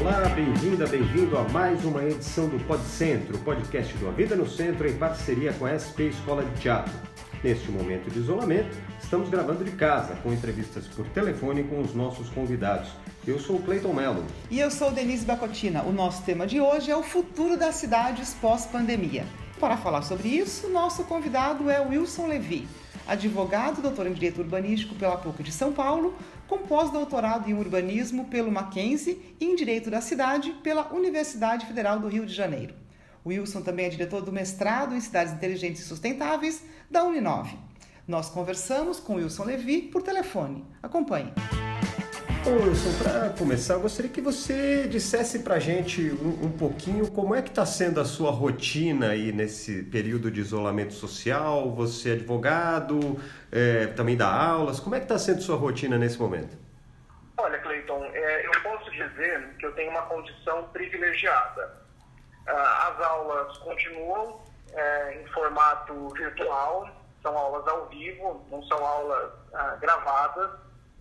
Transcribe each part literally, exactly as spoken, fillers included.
Olá, bem-vinda, bem-vindo a mais uma edição do Pod Centro, podcast do A Vida no Centro em parceria com a S P Escola de Teatro. Neste momento de isolamento, estamos gravando de casa, com entrevistas por telefone com os nossos convidados. Eu sou o Cleiton Mello. E eu sou Denise Bacotina. O nosso tema de hoje é o futuro das cidades pós-pandemia. Para falar sobre isso, nosso convidado é Wilson Levi, advogado, doutor em Direito Urbanístico pela PUC de São Paulo, com pós-doutorado em Urbanismo pelo Mackenzie e em Direito da Cidade pela Universidade Federal do Rio de Janeiro. O Wilson também é diretor do mestrado em Cidades Inteligentes e Sustentáveis da Uninove. Nós conversamos com Wilson Levi por telefone. Acompanhe. Ô Wilson, para começar, eu gostaria que você dissesse para a gente um, um pouquinho como é que está sendo a sua rotina aí nesse período de isolamento social. Você é advogado, é, também dá aulas. Como é que está sendo a sua rotina nesse momento? Olha, Cleiton, é, eu posso dizer que eu tenho uma condição privilegiada. Ah, as aulas continuam é, em formato virtual, são aulas ao vivo, não são aulas ah, gravadas.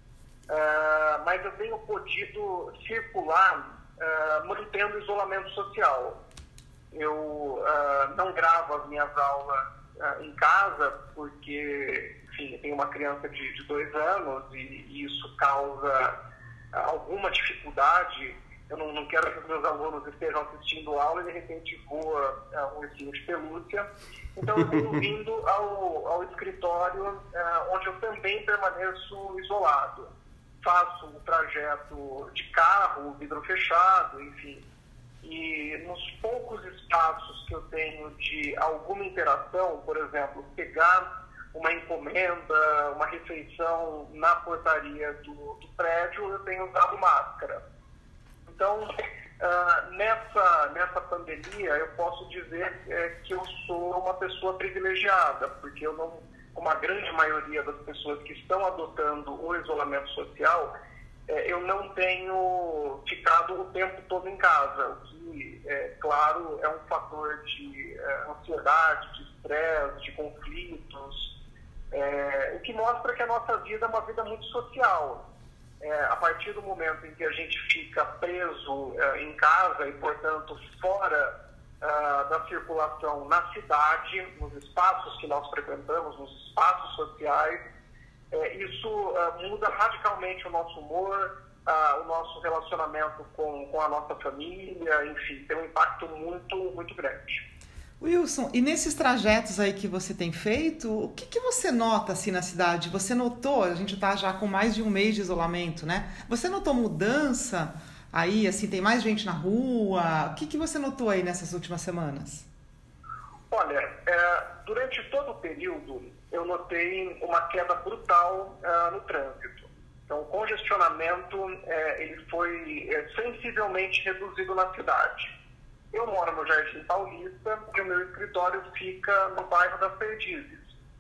Uh, mas eu tenho podido circular uh, mantendo o isolamento social. Eu uh, não gravo as minhas aulas uh, em casa porque, enfim, eu tenho uma criança de, de dois anos e, e isso causa uh, alguma dificuldade. Eu não, não quero que os meus alunos estejam assistindo aula e de repente voa uh, um ursinho de pelúcia. Então eu tenho vindo ao, ao escritório uh, onde eu também permaneço isolado. Faço o trajeto de carro, vidro fechado, enfim. E nos poucos espaços que eu tenho de alguma interação, por exemplo, pegar uma encomenda, uma refeição na portaria do, do prédio, eu tenho usado máscara. Então, uh, nessa, nessa pandemia, eu posso dizer é, que eu sou uma pessoa privilegiada, porque eu não... como a grande maioria das pessoas que estão adotando o isolamento social, eh, eu não tenho ficado o tempo todo em casa, o que, é, claro, é um fator de é, ansiedade, de estresse, de conflitos, é, o que mostra que a nossa vida é uma vida muito social. É, a partir do momento em que a gente fica preso é, em casa e, portanto, fora Uh, da circulação na cidade, nos espaços que nós frequentamos, nos espaços sociais, é, isso uh, muda radicalmente o nosso humor, uh, o nosso relacionamento com, com a nossa família, enfim, tem um impacto muito, muito grande. Wilson, e nesses trajetos aí que você tem feito, o que, que você nota assim na cidade? Você notou, a gente está já com mais de um mês de isolamento, né? Você notou mudança? Aí, assim, tem mais gente na rua. O que, que você notou aí nessas últimas semanas? Olha, é, durante todo o período, eu notei uma queda brutal é, no trânsito. Então, o congestionamento é, ele foi é, sensivelmente reduzido na cidade. Eu moro no Jardim Paulista e o meu escritório fica no bairro das Perdizes.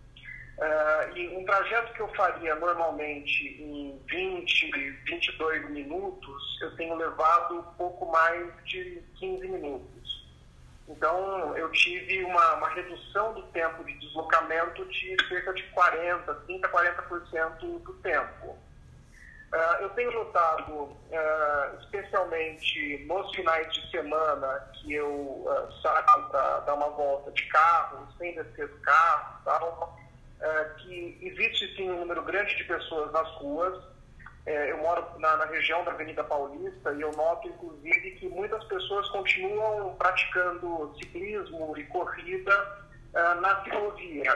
Uh, e um trajeto que eu faria normalmente em vinte, vinte e dois minutos, eu tenho levado um pouco mais de quinze minutos. Então, eu tive uma, uma redução do tempo de deslocamento de cerca de quarenta, trinta, quarenta por cento do tempo. Uh, eu tenho notado, uh, especialmente nos finais de semana, que eu uh, saio para dar uma volta de carro, sem descer do carro e tal, Uh, que existe sim um número grande de pessoas nas ruas. Uh, eu moro na, na região da Avenida Paulista e eu noto, inclusive, que muitas pessoas continuam praticando ciclismo e corrida uh, na ciclovia.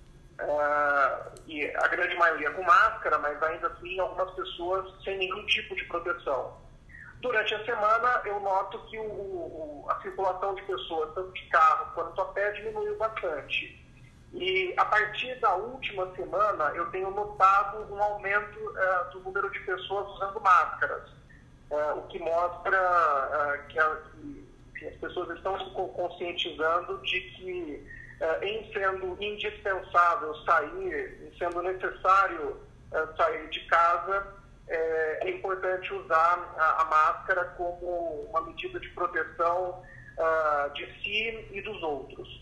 Uh, e a grande maioria com máscara, mas ainda assim algumas pessoas sem nenhum tipo de proteção. Durante a semana, eu noto que o, o, a circulação de pessoas, tanto de carro quanto a pé, diminuiu bastante. E a partir da última semana, eu tenho notado um aumento uh, do número de pessoas usando máscaras, uh, o que mostra uh, que, a, que as pessoas estão se conscientizando de que, uh, em sendo indispensável sair, em sendo necessário uh, sair de casa, é, é importante usar a, a máscara como uma medida de proteção uh, de si e dos outros.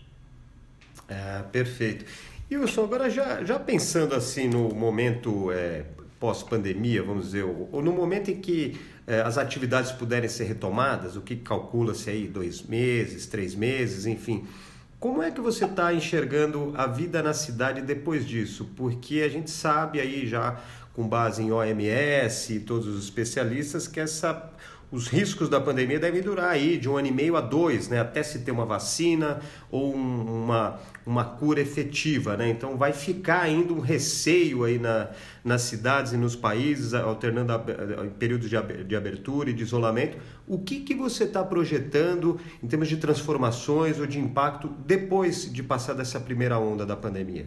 Ah, perfeito. E Wilson, agora já, já pensando assim no momento é, pós-pandemia, vamos dizer, ou, ou no momento em que eh, as atividades puderem ser retomadas, o que calcula-se aí, dois meses, três meses, enfim, como é que você está enxergando a vida na cidade depois disso? Porque a gente sabe aí já, com base em O M S e todos os especialistas, que essa... os riscos da pandemia devem durar aí de um ano e meio a dois, né? Até se ter uma vacina ou um, uma, uma cura efetiva, né? Então vai ficar ainda um receio aí na, nas cidades e nos países, alternando a, a, períodos de, de abertura e de isolamento. O que, que você está projetando em termos de transformações ou de impacto depois de passar dessa primeira onda da pandemia?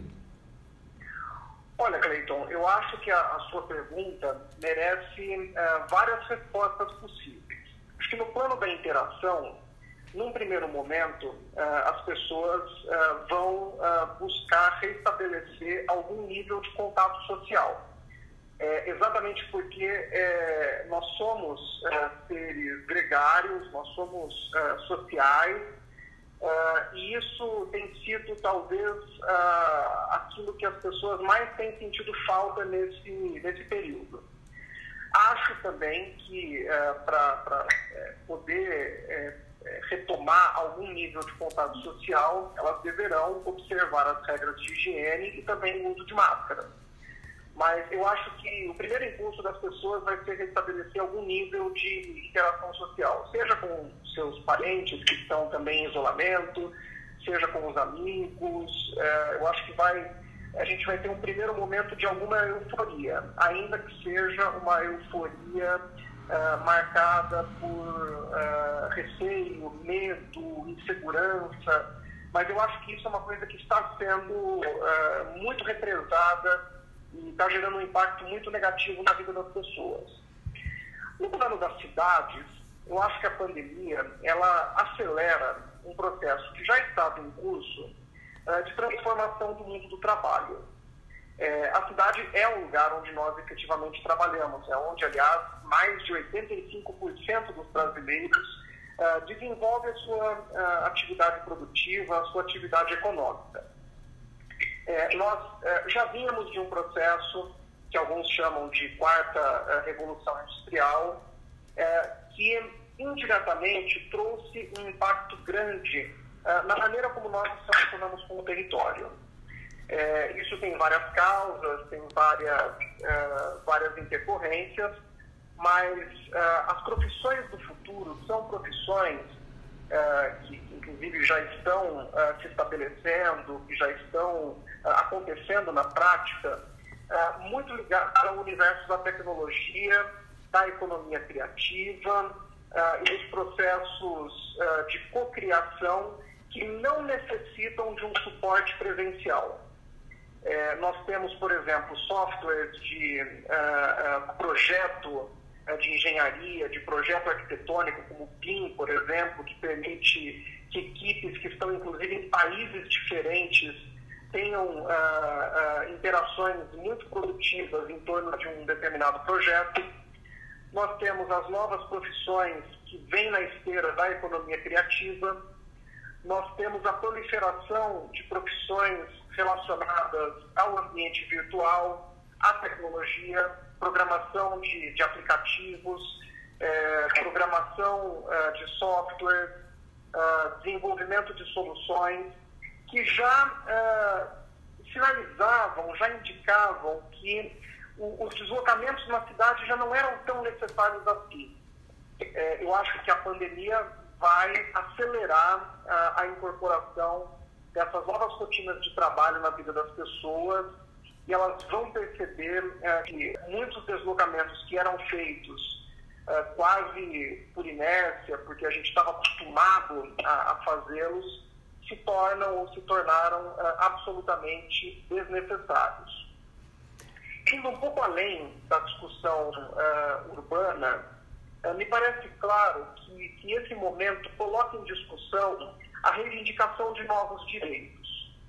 Olha, Cleiton, eu acho que a, a sua pergunta merece uh, várias respostas possíveis. Acho que no plano da interação, num primeiro momento, uh, as pessoas uh, vão uh, buscar restabelecer algum nível de contato social. É, exatamente porque é, nós somos é, seres gregários, nós somos é, sociais, é, e isso tem sido talvez é, aquilo que as pessoas mais têm sentido falta nesse, nesse período. Acho também que é, para é, poder é, retomar algum nível de contato social, elas deverão observar as regras de higiene e também o uso de máscara. Mas eu acho que o primeiro impulso das pessoas vai ser restabelecer algum nível de interação social, seja com seus parentes que estão também em isolamento, seja com os amigos. É, eu acho que vai, a gente vai ter um primeiro momento de alguma euforia, ainda que seja uma euforia é, marcada por é, receio, medo, insegurança. Mas eu acho que isso é uma coisa que está sendo é, muito represada e está gerando um impacto muito negativo na vida das pessoas. No plano das cidades, eu acho que a pandemia ela acelera um processo que já estava em curso uh, de transformação do mundo do trabalho. É, a cidade é o lugar onde nós efetivamente trabalhamos, é onde, aliás, mais de oitenta e cinco por cento dos brasileiros uh, desenvolve a sua uh, atividade produtiva, a sua atividade econômica. É, nós é, já vínhamos de um processo que alguns chamam de quarta é, revolução industrial, é, que indiretamente trouxe um impacto grande é, na maneira como nós nos relacionamos com o território. É, isso tem várias causas, tem várias, é, várias intercorrências, mas é, as profissões do futuro são profissões é, que inclusive já estão uh, se estabelecendo, que já estão uh, acontecendo na prática, uh, muito ligadas ao universo da tecnologia, da economia criativa uh, e dos processos uh, de cocriação que não necessitam de um suporte presencial. Uh, nós temos, por exemplo, softwares de uh, uh, projeto de engenharia, de projeto arquitetônico, como o P I M, por exemplo, que permite que equipes que estão, inclusive, em países diferentes tenham uh, uh, interações muito produtivas em torno de um determinado projeto. Nós temos as novas profissões que vêm na esteira da economia criativa. Nós temos a proliferação de profissões relacionadas ao ambiente virtual, à tecnologia, programação de, de aplicativos, eh, programação eh, de software, eh, desenvolvimento de soluções que já eh, sinalizavam, já indicavam que o, os deslocamentos na cidade já não eram tão necessários assim. Eh, eu acho que a pandemia vai acelerar eh, a incorporação dessas novas rotinas de trabalho na vida das pessoas, e elas vão perceber uh, que muitos deslocamentos que eram feitos uh, quase por inércia, porque a gente estava acostumado a, a fazê-los, se tornam ou se tornaram uh, absolutamente desnecessários. Indo um pouco além da discussão uh, urbana, uh, me parece claro que, que esse momento coloca em discussão a reivindicação de novos direitos.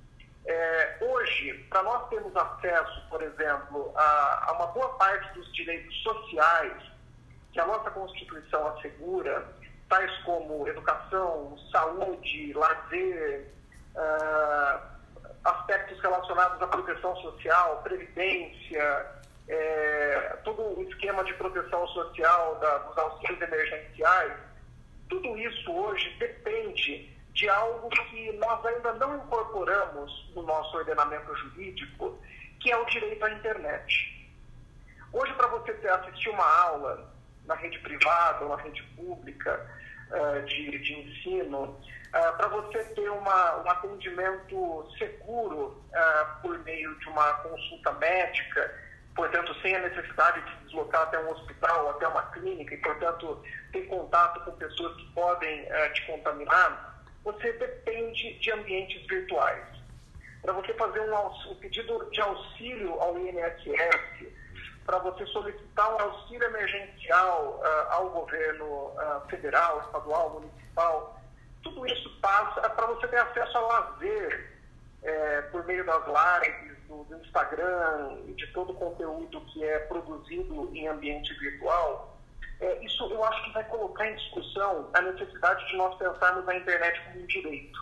É, hoje, para nós termos acesso, por exemplo, a, a uma boa parte dos direitos sociais que a nossa Constituição assegura, tais como educação, saúde, lazer, uh, aspectos relacionados à proteção social, previdência, é, todo o esquema de proteção social, da, dos auxílios emergenciais, tudo isso hoje depende de algo que nós ainda não incorporamos no nosso ordenamento jurídico, que é o direito à internet. Hoje, para você ter, assistir uma aula na rede privada ou na rede pública uh, de, de ensino, uh, para você ter uma, um atendimento seguro uh, por meio de uma consulta médica, portanto, sem a necessidade de se deslocar até um hospital, até uma clínica, e, portanto, ter contato com pessoas que podem uh, te contaminar, você depende de ambientes virtuais. Para você fazer um, um pedido de auxílio ao I N S S, para você solicitar um auxílio emergencial uh, ao governo uh, federal, estadual, municipal, tudo isso passa para você ter acesso a lazer é, por meio das lives, do, do Instagram e de todo o conteúdo que é produzido em ambiente virtual. É, isso eu acho que vai colocar em discussão a necessidade de nós pensarmos a internet como um direito.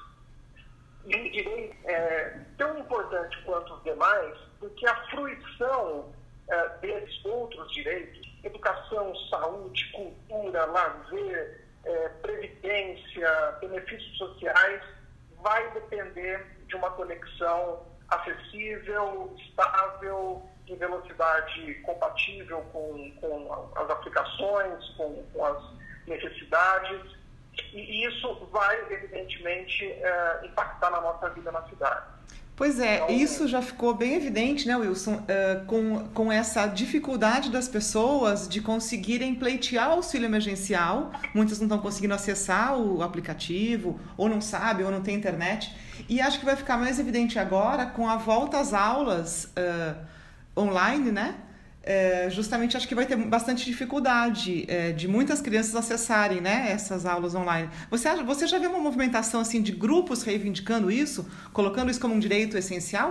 E um direito é tão importante quanto os demais, porque a fruição é, desses outros direitos, educação, saúde, cultura, lazer, é, previdência, benefícios sociais, vai depender de uma conexão acessível, estável, em velocidade compatível com, com as aplicações, com, com as necessidades, e isso vai, evidentemente, é, impactar na nossa vida na cidade. Pois é, então, isso já ficou bem evidente, né, Wilson, uh, com, com essa dificuldade das pessoas de conseguirem pleitear o auxílio emergencial. Muitas não estão conseguindo acessar o aplicativo, ou não sabem, ou não tem internet. E acho que vai ficar mais evidente agora com a volta às aulas uh, online, né? É, justamente acho que vai ter bastante dificuldade é, de muitas crianças acessarem, né, essas aulas online. Você, você já vê uma movimentação assim, de grupos reivindicando isso, colocando isso como um direito essencial?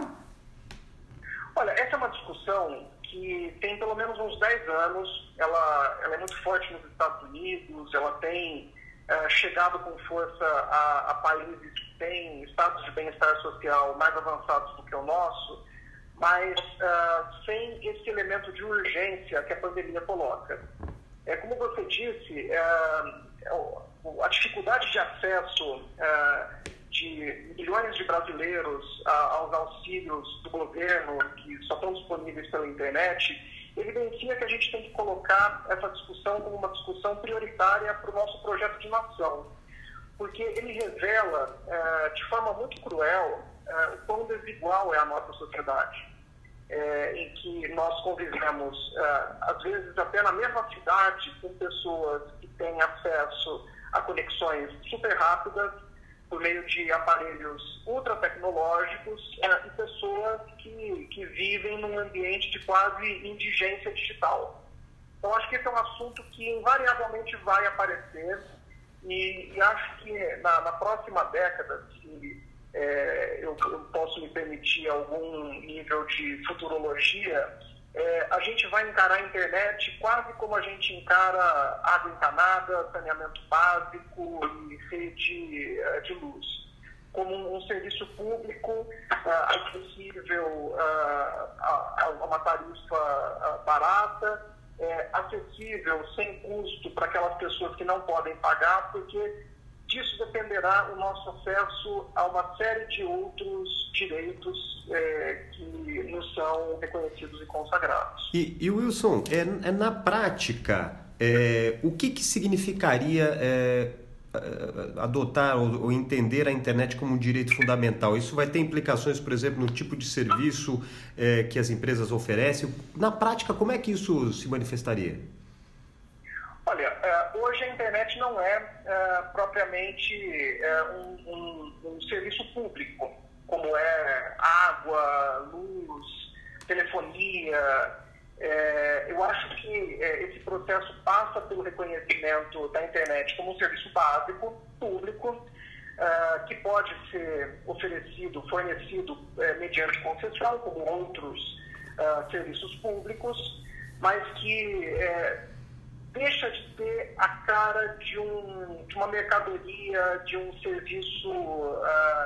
Olha, essa é uma discussão que tem pelo menos uns dez anos, ela, ela é muito forte nos Estados Unidos, ela tem é, chegado com força a, a países que têm estados de bem-estar social mais avançados do que o nosso, mas uh, sem esse elemento de urgência que a pandemia coloca. É, como você disse, uh, a dificuldade de acesso uh, de milhões de brasileiros uh, aos auxílios do governo, que só estão disponíveis pela internet, evidencia que a gente tem que colocar essa discussão como uma discussão prioritária para o nosso projeto de nação, porque ele revela uh, de forma muito cruel Uh, o quão desigual é a nossa sociedade, é, em que nós convivemos, uh, às vezes, até na mesma cidade, com pessoas que têm acesso a conexões super rápidas, por meio de aparelhos ultra tecnológicos, uh, e pessoas que, que vivem num ambiente de quase indigência digital. Então, acho que esse é um assunto que invariavelmente vai aparecer, e, e acho que na, na próxima década, se É, eu, eu posso me permitir algum nível de futurologia, é, a gente vai encarar a internet quase como a gente encara água encanada, saneamento básico e rede uh, de luz, como um, um serviço público uh, acessível uh, a, a uma tarifa uh, barata, é, acessível, sem custo para aquelas pessoas que não podem pagar, porque disso dependerá o nosso acesso a uma série de outros direitos é, que nos são reconhecidos e consagrados. E, e Wilson, é, é na prática, é, o que, que significaria é, adotar ou, ou entender a internet como um direito fundamental? Isso vai ter implicações, por exemplo, no tipo de serviço é, que as empresas oferecem? Na prática, como é que isso se manifestaria? Olha, hoje a internet não é uh, propriamente uh, um, um, um serviço público, como é água, luz, telefonia. Uh, eu acho que uh, esse processo passa pelo reconhecimento da internet como um serviço básico, público, uh, que pode ser oferecido, fornecido uh, mediante concessão, como outros uh, serviços públicos, mas que uh, deixa de ter a cara de, um, de uma mercadoria, de um serviço uh,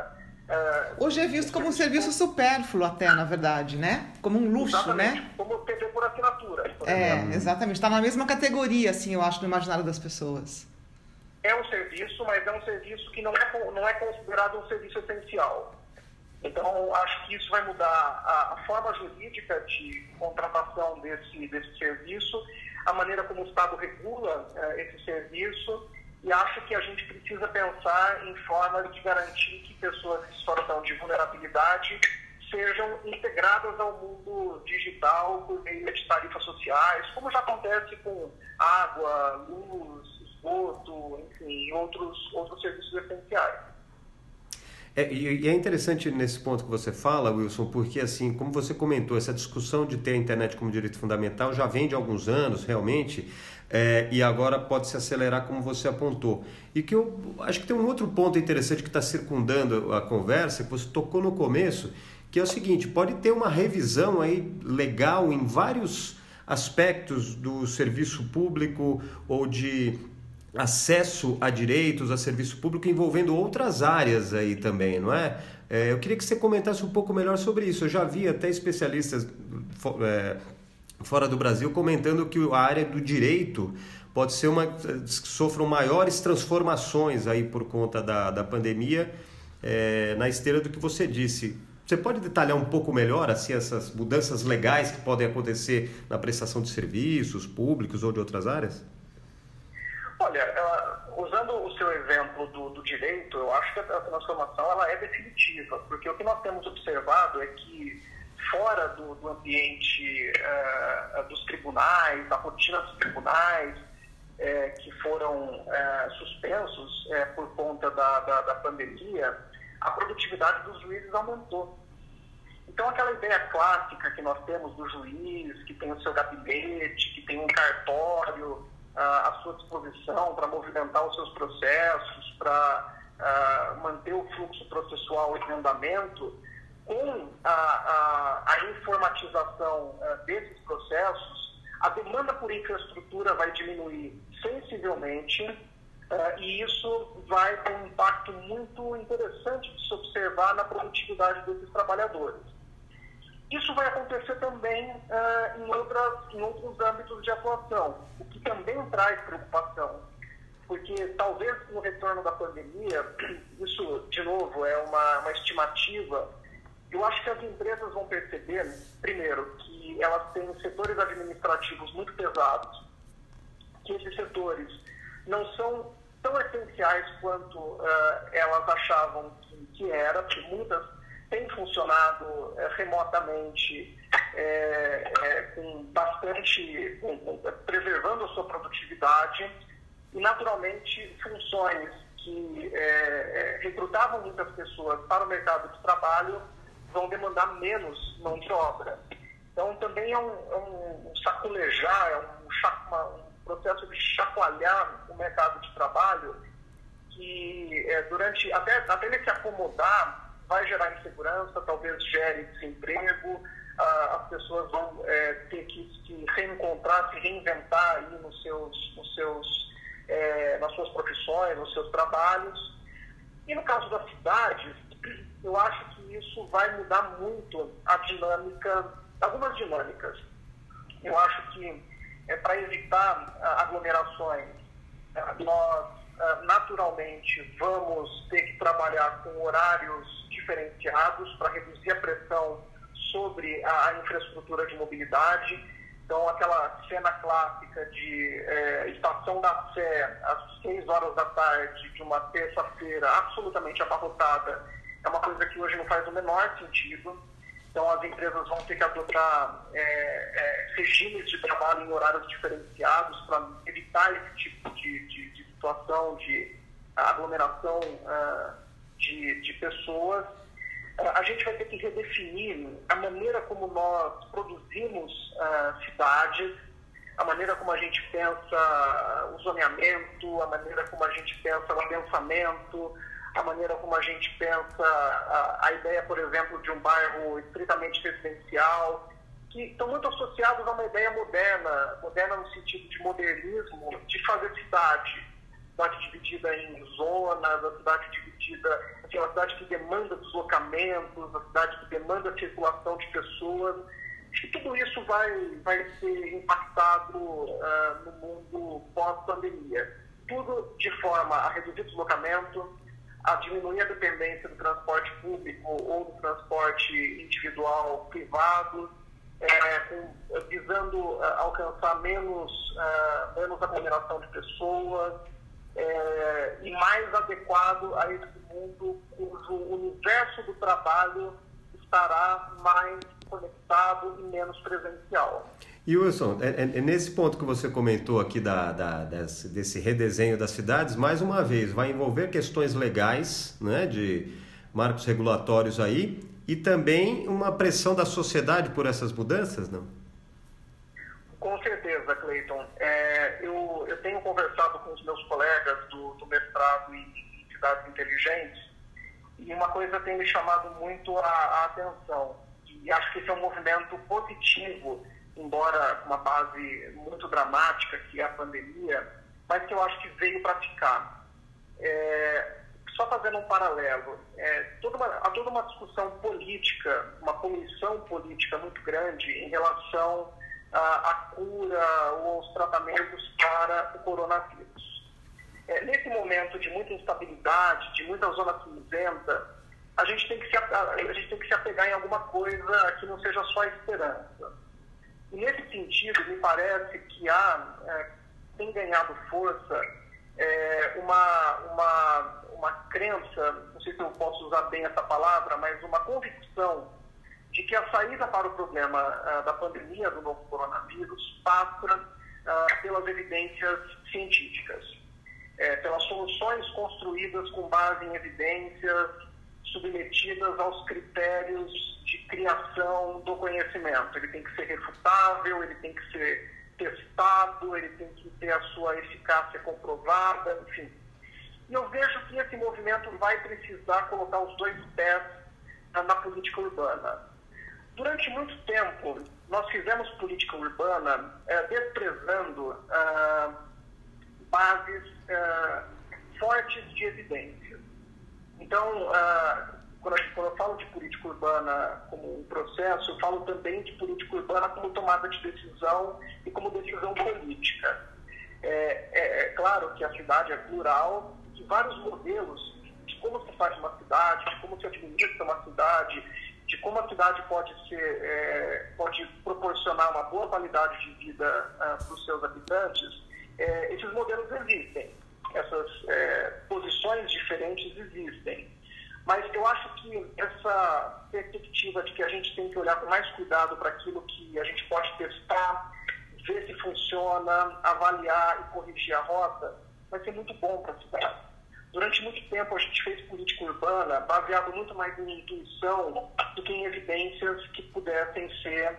Uh, Hoje é visto como um serviço supérfluo até, na verdade, né? Como um luxo, exatamente, né? Como T V por assinatura. Por é, exemplo. exatamente. Está na mesma categoria, assim, eu acho, no imaginário das pessoas. É um serviço, mas é um serviço que não é, não é considerado um serviço essencial. Então, acho que isso vai mudar a, a forma jurídica de contratação desse, desse serviço, a maneira como o Estado regula uh, esse serviço, e acho que a gente precisa pensar em formas de garantir que pessoas em situação de vulnerabilidade sejam integradas ao mundo digital por meio de tarifas sociais, como já acontece com água, luz, esgoto, enfim, e outros, outros serviços essenciais. É, e é interessante nesse ponto que você fala, Wilson, porque assim, como você comentou, essa discussão de ter a internet como direito fundamental já vem de alguns anos, realmente, é, e agora pode se acelerar como você apontou. E que eu acho que tem um outro ponto interessante que está circundando a conversa, que você tocou no começo, que é o seguinte, pode ter uma revisão aí legal em vários aspectos do serviço público ou de acesso a direitos, a serviço público, envolvendo outras áreas aí também, não é? é? Eu queria que você comentasse um pouco melhor sobre isso. Eu já vi até especialistas é, fora do Brasil comentando que a área do direito pode ser uma... sofram maiores transformações aí por conta da, da pandemia, é, na esteira do que você disse. Você pode detalhar um pouco melhor assim, essas mudanças legais que podem acontecer na prestação de serviços públicos ou de outras áreas? Olha, usando o seu exemplo do, do direito, eu acho que a transformação ela é definitiva, porque o que nós temos observado é que fora do, do ambiente uh, dos tribunais, da rotina dos tribunais, uh, que foram uh, suspensos uh, por conta da, da, da pandemia, a produtividade dos juízes aumentou. Então, aquela ideia clássica que nós temos do juiz, que tem o seu gabinete, que tem um cartório à sua disposição para movimentar os seus processos, para uh, manter o fluxo processual em andamento, com a, a, a informatização uh, desses processos, a demanda por infraestrutura vai diminuir sensivelmente uh, e isso vai ter um impacto muito interessante de se observar na produtividade desses trabalhadores. Isso vai acontecer também uh, em, outras, em outros âmbitos de atuação, o que também traz preocupação, porque talvez no retorno da pandemia, isso, de novo, é uma, uma estimativa, eu acho que as empresas vão perceber, primeiro, que elas têm setores administrativos muito pesados, que esses setores não são tão essenciais quanto uh, elas achavam que, que era, porque muitas tem funcionado é, remotamente, é, é, com bastante, com, com, preservando a sua produtividade e, naturalmente, funções que é, é, recrutavam muitas pessoas para o mercado de trabalho vão demandar menos mão de obra. Então, também é um, é um saculejar, é um, um processo de chacoalhar o mercado de trabalho que, é, durante, até, até ele se acomodar, vai gerar insegurança, talvez gere desemprego, ah, as pessoas vão é, ter que se reencontrar, se reinventar aí nos seus, nos seus, é, nas suas profissões, nos seus trabalhos. E no caso das cidades, eu acho que isso vai mudar muito a dinâmica, algumas dinâmicas. Eu acho que é, para evitar ah, aglomerações, ah, nós naturalmente vamos ter que trabalhar com horários diferenciados para reduzir a pressão sobre a infraestrutura de mobilidade. Então, aquela cena clássica de é, estação da Sé às seis horas da tarde de uma terça-feira absolutamente abarrotada é uma coisa que hoje não faz o menor sentido. Então, as empresas vão ter que adotar é, é, regimes de trabalho em horários diferenciados para evitar esse tipo de, de, de situação de aglomeração uh, de, de pessoas. Uh, a gente vai ter que redefinir a maneira como nós produzimos uh, cidades, a maneira como a gente pensa o zoneamento, a maneira como a gente pensa o adensamento, a maneira como a gente pensa a, a ideia, por exemplo, de um bairro estritamente residencial, que estão muito associados a uma ideia moderna, moderna no sentido de modernismo, de fazer cidade. cidade dividida em zonas, a cidade dividida, assim, uma cidade que demanda deslocamentos, a cidade que demanda circulação de pessoas. Acho que tudo isso vai, vai ser impactado uh, no mundo pós-pandemia. Tudo de forma a reduzir o deslocamento, a diminuir a dependência do transporte público ou do transporte individual privado, é, com, visando uh, alcançar menos, uh, menos aglomeração de pessoas, é, e mais adequado a esse mundo cujo universo do trabalho estará mais conectado e menos presencial. E Wilson, é, é nesse ponto que você comentou aqui da, da, desse, desse redesenho das cidades, mais uma vez, vai envolver questões legais, né, de marcos regulatórios aí, e também uma pressão da sociedade por essas mudanças, não? Com certeza, Cleiton. É, eu, eu tenho conversado com os meus colegas do, do mestrado em, em cidades inteligentes, e uma coisa tem me chamado muito a, a atenção, e acho que esse é um movimento positivo, embora com uma base muito dramática, que é a pandemia, mas que eu acho que veio para ficar. É, só fazendo um paralelo, é, toda uma, há toda uma discussão política, uma poluição política muito grande em relação à, à cura ou aos tratamentos para o coronavírus. É, nesse momento de muita instabilidade, de muita zona cinzenta, a gente tem que se, a gente tem que se apegar em alguma coisa que não seja só esperança. E nesse sentido, me parece que há, é, tem ganhado força é, uma, uma, uma crença, não sei se eu posso usar bem essa palavra, mas uma convicção de que a saída para o problema uh, da pandemia do novo coronavírus passa uh, pelas evidências científicas, é, pelas soluções construídas com base em evidências submetidas aos critérios de criação do conhecimento. Ele tem que ser refutável, ele tem que ser testado, ele tem que ter a sua eficácia comprovada, enfim. E eu vejo que esse movimento vai precisar colocar os dois pés na, na política urbana. Durante muito tempo, nós fizemos política urbana é, desprezando ah, bases ah, fortes de evidência. Então, ah, quando, eu, quando eu falo de política urbana como um processo, eu falo também de política urbana como tomada de decisão e como decisão política. É, é, é claro que a cidade é plural, que vários modelos de como se faz uma cidade, de como se administra uma cidade, de como a cidade pode ser, é, pode proporcionar uma boa qualidade de vida ah, para os seus habitantes, é, esses modelos existem. Essas é, posições diferentes existem. Mas eu acho que essa perspectiva de que a gente tem que olhar com mais cuidado para aquilo que a gente pode testar, ver se funciona, avaliar e corrigir a rota, vai ser muito bom para a cidade. Durante muito tempo a gente fez política urbana baseado muito mais em intuição do que em evidências que pudessem ser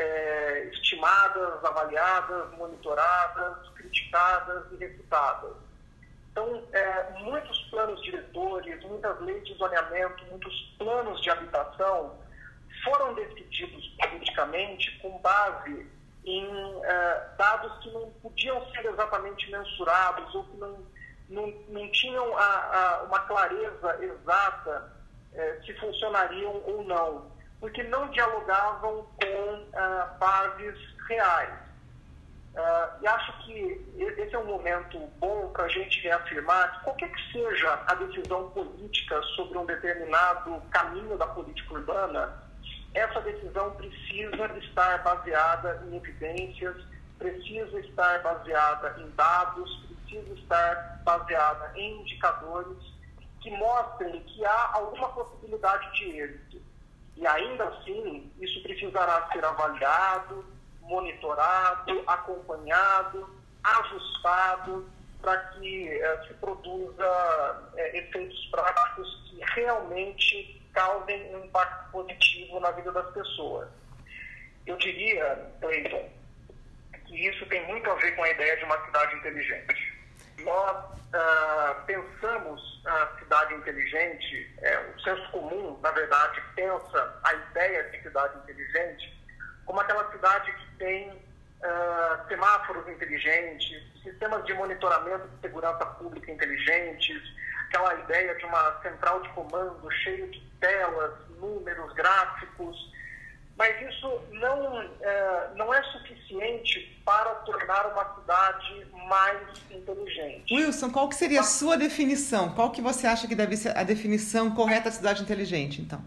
é, estimadas, avaliadas, monitoradas, criticadas e refutadas. Então, é, muitos planos diretores, muitas leis de zoneamento, muitos planos de habitação foram decididos politicamente com base em é, dados que não podiam ser exatamente mensurados ou que não, não, não tinham a, a, uma clareza exata é, se funcionariam ou não, porque não dialogavam com a, bases reais. Uh, e acho que esse é um momento bom para a gente reafirmar que qualquer que seja a decisão política sobre um determinado caminho da política urbana, essa decisão precisa estar baseada em evidências, precisa estar baseada em dados, precisa estar baseada em indicadores que mostrem que há alguma possibilidade de êxito. E ainda assim, isso precisará ser avaliado, monitorado, acompanhado, ajustado, para que eh, se produza eh, efeitos práticos que realmente causem um impacto positivo na vida das pessoas. Eu diria, Cleiton, que isso tem muito a ver com a ideia de uma cidade inteligente. Nós ah, pensamos a cidade inteligente, eh, o senso comum, na verdade, pensa a ideia de cidade inteligente como aquela cidade que tem uh, semáforos inteligentes, sistemas de monitoramento de segurança pública inteligentes, aquela ideia de uma central de comando cheia de telas, números, gráficos, mas isso não, uh, não é suficiente para tornar uma cidade mais inteligente. Wilson, qual que seria a sua definição? Qual que você acha que deve ser a definição correta da cidade inteligente, então?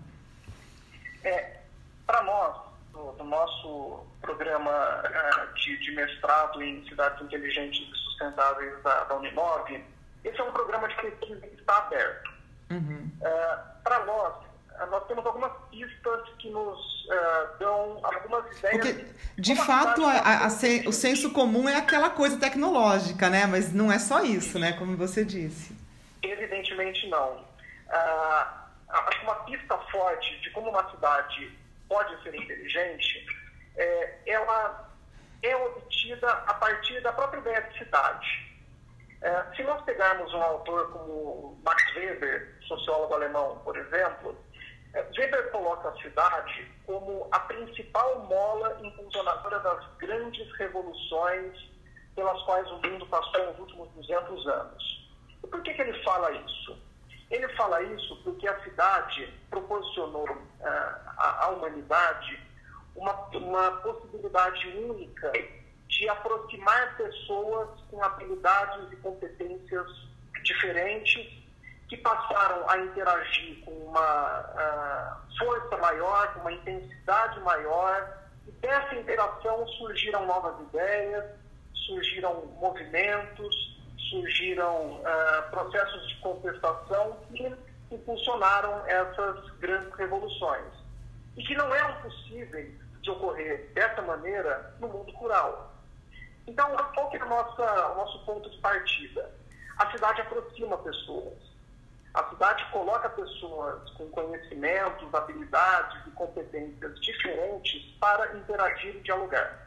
É, para nós, do, do nosso programa uh, de, de mestrado em cidades inteligentes e sustentáveis da, da Uninove, esse é um programa de pesquisa que está aberto. Uhum. Uh, para nós, nós temos algumas pistas que nos uh, dão algumas ideias. Porque, de fato, a, a, a, o senso comum é aquela coisa tecnológica, né? Mas não é só isso, né? Como você disse. Evidentemente não. Uh, acho que uma pista forte de como uma cidade pode ser inteligente, é, ela é obtida a partir da própria ideia de cidade. É, se nós pegarmos um autor como Max Weber, sociólogo alemão, por exemplo, Weber coloca a cidade como a principal mola impulsionadora das grandes revoluções pelas quais o mundo passou nos últimos duzentos anos. E por que que ele fala isso? Ele fala isso porque a cidade proporcionou uh, à, à humanidade uma, uma possibilidade única de aproximar pessoas com habilidades e competências diferentes, que passaram a interagir com uma uh, força maior, com uma intensidade maior, e dessa interação surgiram novas ideias, surgiram movimentos, surgiram uh, processos de contestação que impulsionaram essas grandes revoluções, e que não eram possíveis de ocorrer dessa maneira no mundo rural. Então, qual que é a nossa, o nosso ponto de partida? A cidade aproxima pessoas. A cidade coloca pessoas com conhecimentos, habilidades e competências diferentes para interagir e dialogar.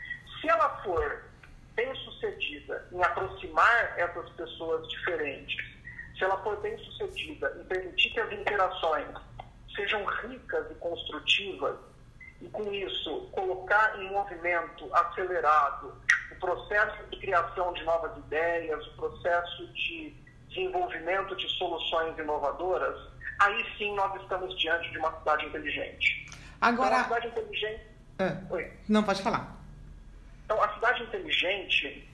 Se ela for bem-sucedida em aproximar essas pessoas diferentes, se ela for bem-sucedida em permitir que as interações sejam ricas e construtivas, e com isso colocar em movimento acelerado o processo de criação de novas ideias, o processo de desenvolvimento de soluções inovadoras, aí sim nós estamos diante de uma cidade inteligente. Agora... Então, a cidade inteligente... É. Oi. Não, pode falar. Então, a cidade inteligente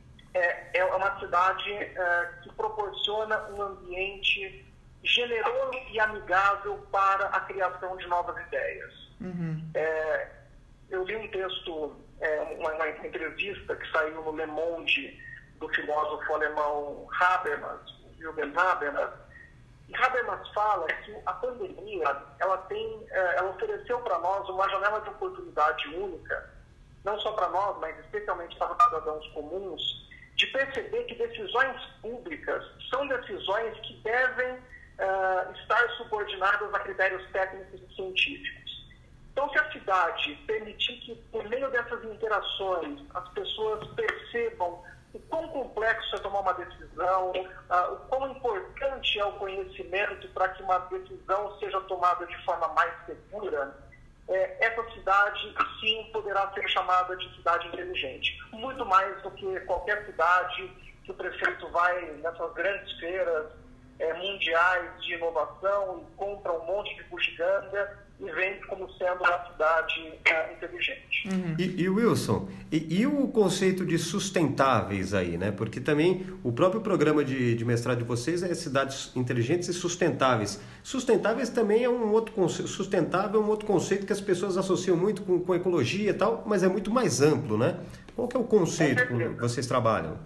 é, é uma cidade é, que proporciona um ambiente generoso e amigável para a criação de novas ideias. Uhum. É, eu li um texto, é, uma, uma entrevista que saiu no Le Monde do filósofo alemão Habermas, Jürgen Habermas, e Habermas fala que a pandemia ela tem, ela ofereceu para nós uma janela de oportunidade única, não só para nós, mas especialmente para os cidadãos comuns, de perceber que decisões públicas são decisões que devem uh, estar subordinadas a critérios técnicos e científicos. Então, se a cidade permitir que, por meio dessas interações, as pessoas percebam o quão complexo é tomar uma decisão, uh, o quão importante é o conhecimento para que uma decisão seja tomada de forma mais segura, é, essa cidade, sim, poderá ser chamada de cidade inteligente. Muito mais do que qualquer cidade que o prefeito vai nessas grandes feiras é, mundiais de inovação e compra um monte de bugiganga e vende como sendo uma cidade é, inteligente. Uhum. E, e Wilson, e, e o conceito de sustentáveis aí, né? Porque também o próprio programa de, de mestrado de vocês é cidades inteligentes e sustentáveis. Sustentáveis também é um outro conceito, sustentável é um outro conceito que as pessoas associam muito com, com ecologia e tal, mas é muito mais amplo, né? Qual que é o conceito que vocês trabalham?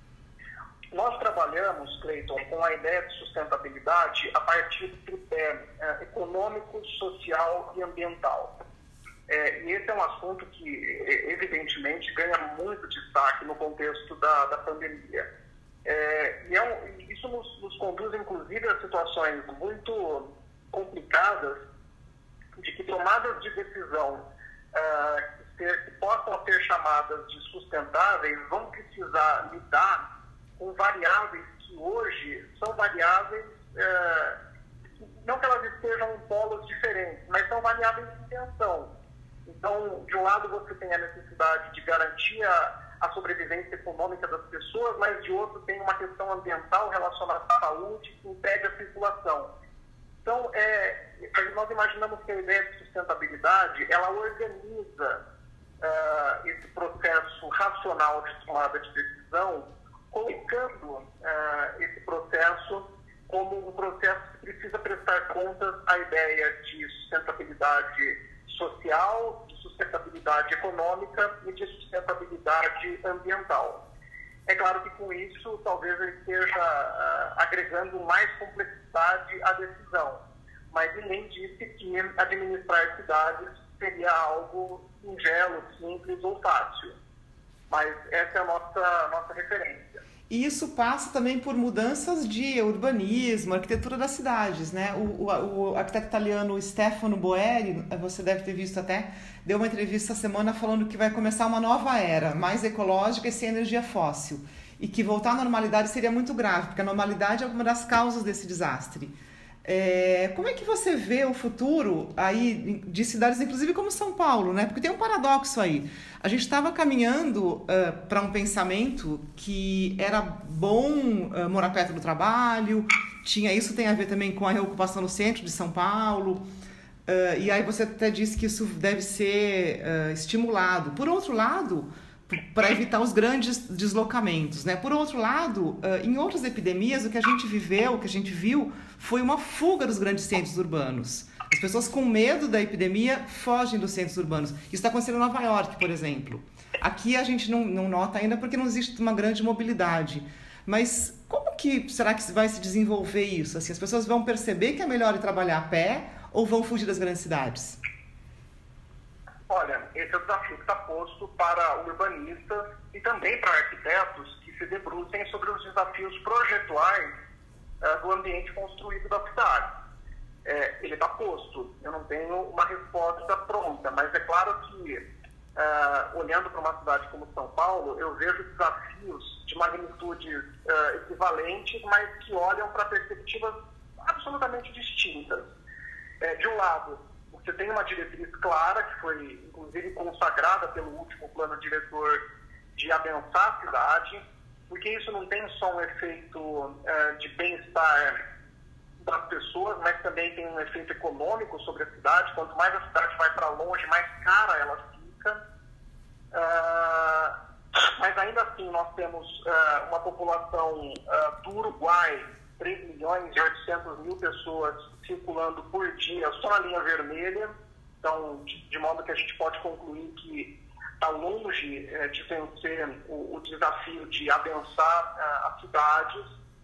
Nós trabalhamos, Cleiton, com a ideia de sustentabilidade a partir do critério é, econômico, social e ambiental. É, e esse é um assunto que, evidentemente, ganha muito destaque no contexto da, da pandemia. É, e é um, isso nos, nos conduz, inclusive, a situações muito complicadas de que tomadas de decisão é, que, ser, que possam ser chamadas de sustentáveis vão precisar lidar com variáveis que hoje são variáveis, é, não que elas estejam em polos diferentes, mas são variáveis de intenção. Então, de um lado, você tem a necessidade de garantir a, a sobrevivência econômica das pessoas, mas de outro tem uma questão ambiental relacionada à saúde que impede a circulação. Então, é, nós imaginamos que a ideia de sustentabilidade, ela organiza uh, esse processo racional de tomada de decisão, colocando uh, esse processo como um processo que precisa prestar contas à ideia de sustentabilidade social, de sustentabilidade econômica e de sustentabilidade ambiental. É claro que com isso talvez ele esteja uh, agregando mais complexidade à decisão, mas ninguém disse que administrar cidades seria algo singelo, simples ou fácil. Mas essa é a nossa, nossa referência. E isso passa também por mudanças de urbanismo, arquitetura das cidades, né? O, o, o arquiteto italiano Stefano Boeri, você deve ter visto até, deu uma entrevista essa semana falando que vai começar uma nova era, mais ecológica e sem energia fóssil. E que voltar à normalidade seria muito grave, porque a normalidade é uma das causas desse desastre. É, como é que você vê o futuro aí de cidades, inclusive como São Paulo, né? Porque tem um paradoxo aí. A gente estava caminhando uh, para um pensamento que era bom uh, morar perto do trabalho, tinha isso tem a ver também com a reocupação no centro de São Paulo, uh, e aí você até disse que isso deve ser uh, estimulado. Por outro lado, para evitar os grandes deslocamentos, né? Por outro lado, em outras epidemias, o que a gente viveu, o que a gente viu, foi uma fuga dos grandes centros urbanos. As pessoas com medo da epidemia fogem dos centros urbanos. Isso está acontecendo em Nova York, por exemplo. Aqui a gente não, não nota ainda porque não existe uma grande mobilidade. Mas como que será que vai se desenvolver isso? Assim, as pessoas vão perceber que é melhor ir trabalhar a pé ou vão fugir das grandes cidades? Olha, esse é o desafio que está posto para urbanistas e também para arquitetos que se debrucem sobre os desafios projetuais uh, do ambiente construído da cidade. É, ele está posto, eu não tenho uma resposta pronta, mas é claro que, uh, olhando para uma cidade como São Paulo, eu vejo desafios de magnitudes uh, equivalentes, mas que olham para perspectivas absolutamente distintas. É, de um lado, você tem uma diretriz clara, que foi, inclusive, consagrada pelo último plano diretor de adensar a cidade, porque isso não tem só um efeito uh, de bem-estar das pessoas, mas também tem um efeito econômico sobre a cidade. Quanto mais a cidade vai para longe, mais cara ela fica. Uh, mas ainda assim, nós temos uh, uma população uh, do Uruguai, três milhões e oitocentos mil pessoas circulando por dia só na linha vermelha, então, de, de modo que a gente pode concluir que está longe é, de vencer o, o desafio de adensar uh, as cidades,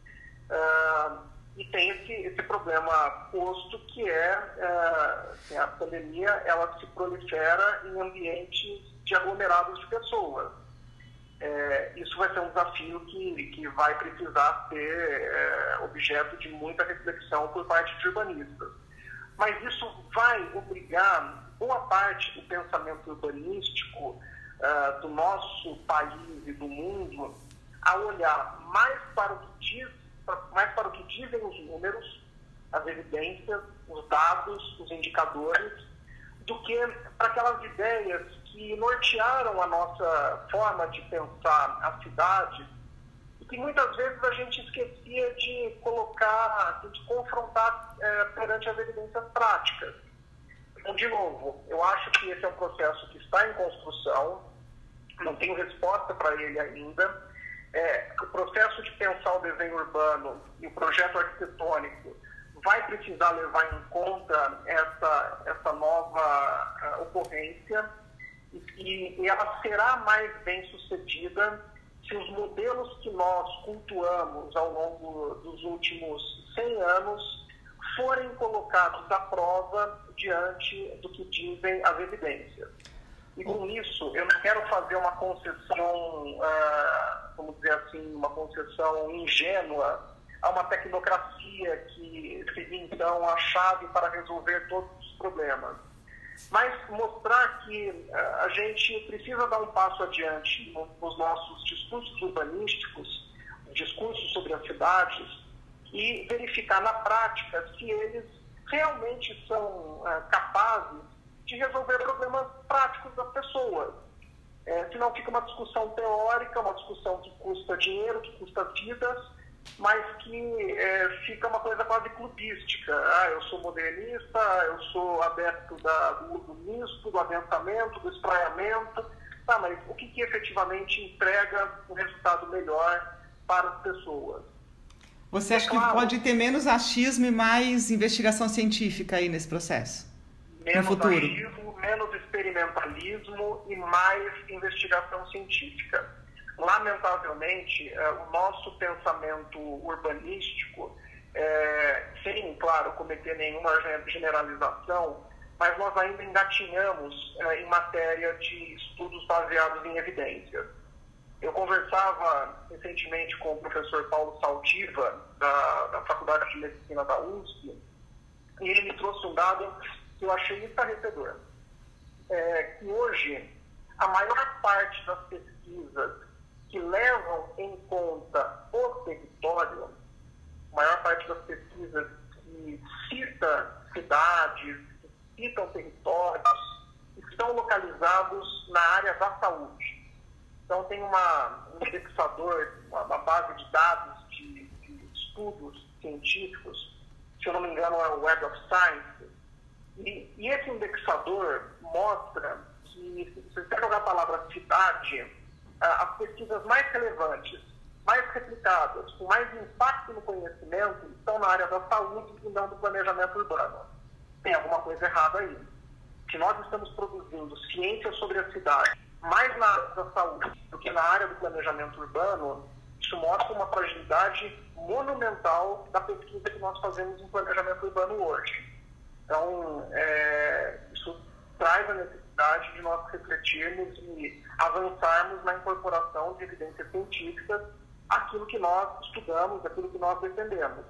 uh, e tem esse, esse problema posto que é uh, assim, a pandemia, ela se prolifera em ambientes de aglomerados de pessoas. É, isso vai ser um desafio que, que vai precisar ser é, objeto de muita reflexão por parte de urbanistas. Mas isso vai obrigar boa parte do pensamento urbanístico uh, do nosso país e do mundo a olhar mais para o que diz, mais para o que dizem os números, as evidências, os dados, os indicadores, do que para aquelas ideias que nortearam a nossa forma de pensar a cidade e que muitas vezes a gente esquecia de colocar, de confrontar é, perante as evidências práticas. Então, de novo, eu acho que esse é um processo que está em construção, não tenho resposta para ele ainda. É, o processo de pensar o desenho urbano e o projeto arquitetônico vai precisar levar em conta essa, essa nova uh, ocorrência e, e ela será mais bem sucedida se os modelos que nós cultuamos ao longo dos últimos cem anos forem colocados à prova diante do que dizem as evidências. E com isso, eu não quero fazer uma concessão, uh, vamos dizer assim, uma concessão ingênua a uma tecnocracia que seria, então, a chave para resolver todos os problemas. Mas mostrar que uh, a gente precisa dar um passo adiante nos nossos discursos urbanísticos, discursos sobre as cidades, e verificar na prática se eles realmente são uh, capazes de resolver problemas práticos das pessoas. É, senão fica uma discussão teórica, uma discussão que custa dinheiro, que custa vidas, mas que é, fica uma coisa quase clubística. Ah, eu sou modernista, eu sou adepto da, do uso misto, do adensamento, do espraiamento. Tá, mas o que, que efetivamente entrega um resultado melhor para as pessoas? Você acha é claro, que pode ter menos achismo e mais investigação científica aí nesse processo? Menos achismo, menos experimentalismo e mais investigação científica. Lamentavelmente, eh, o nosso pensamento urbanístico, eh, sem, claro, cometer nenhuma generalização, mas nós ainda engatinhamos eh, em matéria de estudos baseados em evidências. Eu conversava recentemente com o professor Paulo Saldiva, da, da Faculdade de Medicina da U S P, e ele me trouxe um dado que eu achei estarrecedor. É, que hoje, a maior parte das pesquisas que levam em conta o território, a maior parte das pesquisas que cita cidades, que citam territórios, estão localizados na área da saúde. Então, tem uma, um indexador, uma, uma base de dados de, de estudos científicos, se eu não me engano é o Web of Science, e, e esse indexador mostra que, se você jogar a palavra cidade, as pesquisas mais relevantes, mais replicadas, com mais impacto no conhecimento, estão na área da saúde e não do planejamento urbano. Tem alguma coisa errada aí. Se nós estamos produzindo ciência sobre a cidade, mais na área da saúde do que na área do planejamento urbano, isso mostra uma fragilidade monumental da pesquisa que nós fazemos em planejamento urbano hoje. Então, é, isso traz a necessidade de nós refletirmos e avançarmos na incorporação de evidências científicas àquilo que nós estudamos, àquilo que nós defendemos.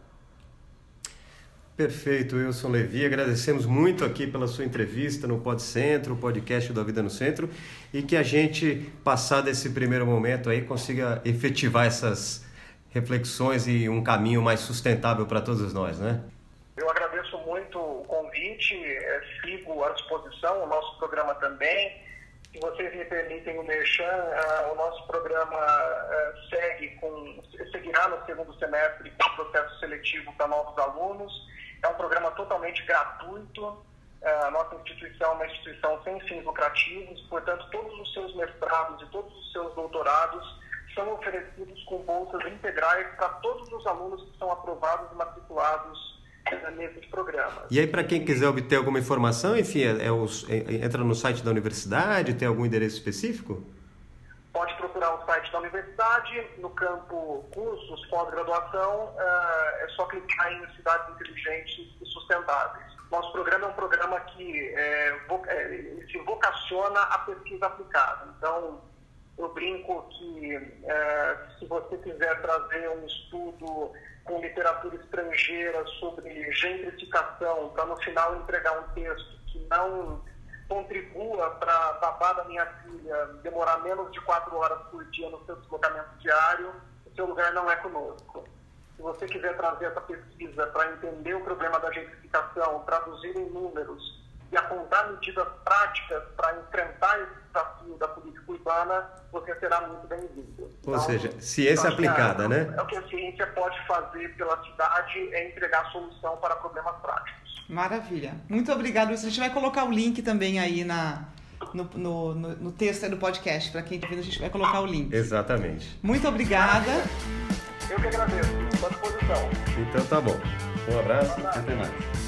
Perfeito, Wilson Levy. Agradecemos muito aqui pela sua entrevista no Pod Centro, o podcast da Vida no Centro, e que a gente, passado esse primeiro momento aí, consiga efetivar essas reflexões e um caminho mais sustentável para todos nós, né? Eu agradeço muito o convite, sigo à disposição, o nosso programa também. Se vocês me permitem o merchan, uh, o nosso programa uh, segue com, seguirá no segundo semestre com o processo seletivo para novos alunos. É um programa totalmente gratuito. Uh, a nossa instituição é uma instituição sem fins lucrativos, portanto, todos os seus mestrados e todos os seus doutorados são oferecidos com bolsas integrais para todos os alunos que são aprovados e matriculados nesses programas. E aí, para quem quiser obter alguma informação, enfim, é, é os, é, entra no site da universidade, tem algum endereço específico? Pode procurar o site da universidade, no campo cursos, pós-graduação, uh, é só clicar em cidades inteligentes e sustentáveis. Nosso programa é um programa que é, vo, é, se vocaciona à pesquisa aplicada. Então, eu brinco que é, se você quiser trazer um estudo com literatura estrangeira sobre gentrificação, para no final entregar um texto que não contribua para a babá da minha filha demorar menos de quatro horas por dia no seu deslocamento diário, o seu lugar não é conosco. Se você quiser trazer essa pesquisa para entender o problema da gentrificação, traduzir em números e apontar medidas práticas para enfrentar esse desafio da política urbana, você será muito bem-vindo. Ou então, seja, ciência aplicada, é, né? É o que a ciência pode fazer pela cidade, é entregar solução para problemas práticos. Maravilha. Muito obrigado. A gente vai colocar o link também aí na, no, no, no, no texto do podcast. Para quem está vendo, a gente vai colocar o link. Exatamente. Muito obrigada. Eu que agradeço. Estou à disposição. Então tá bom. Um abraço e até mais.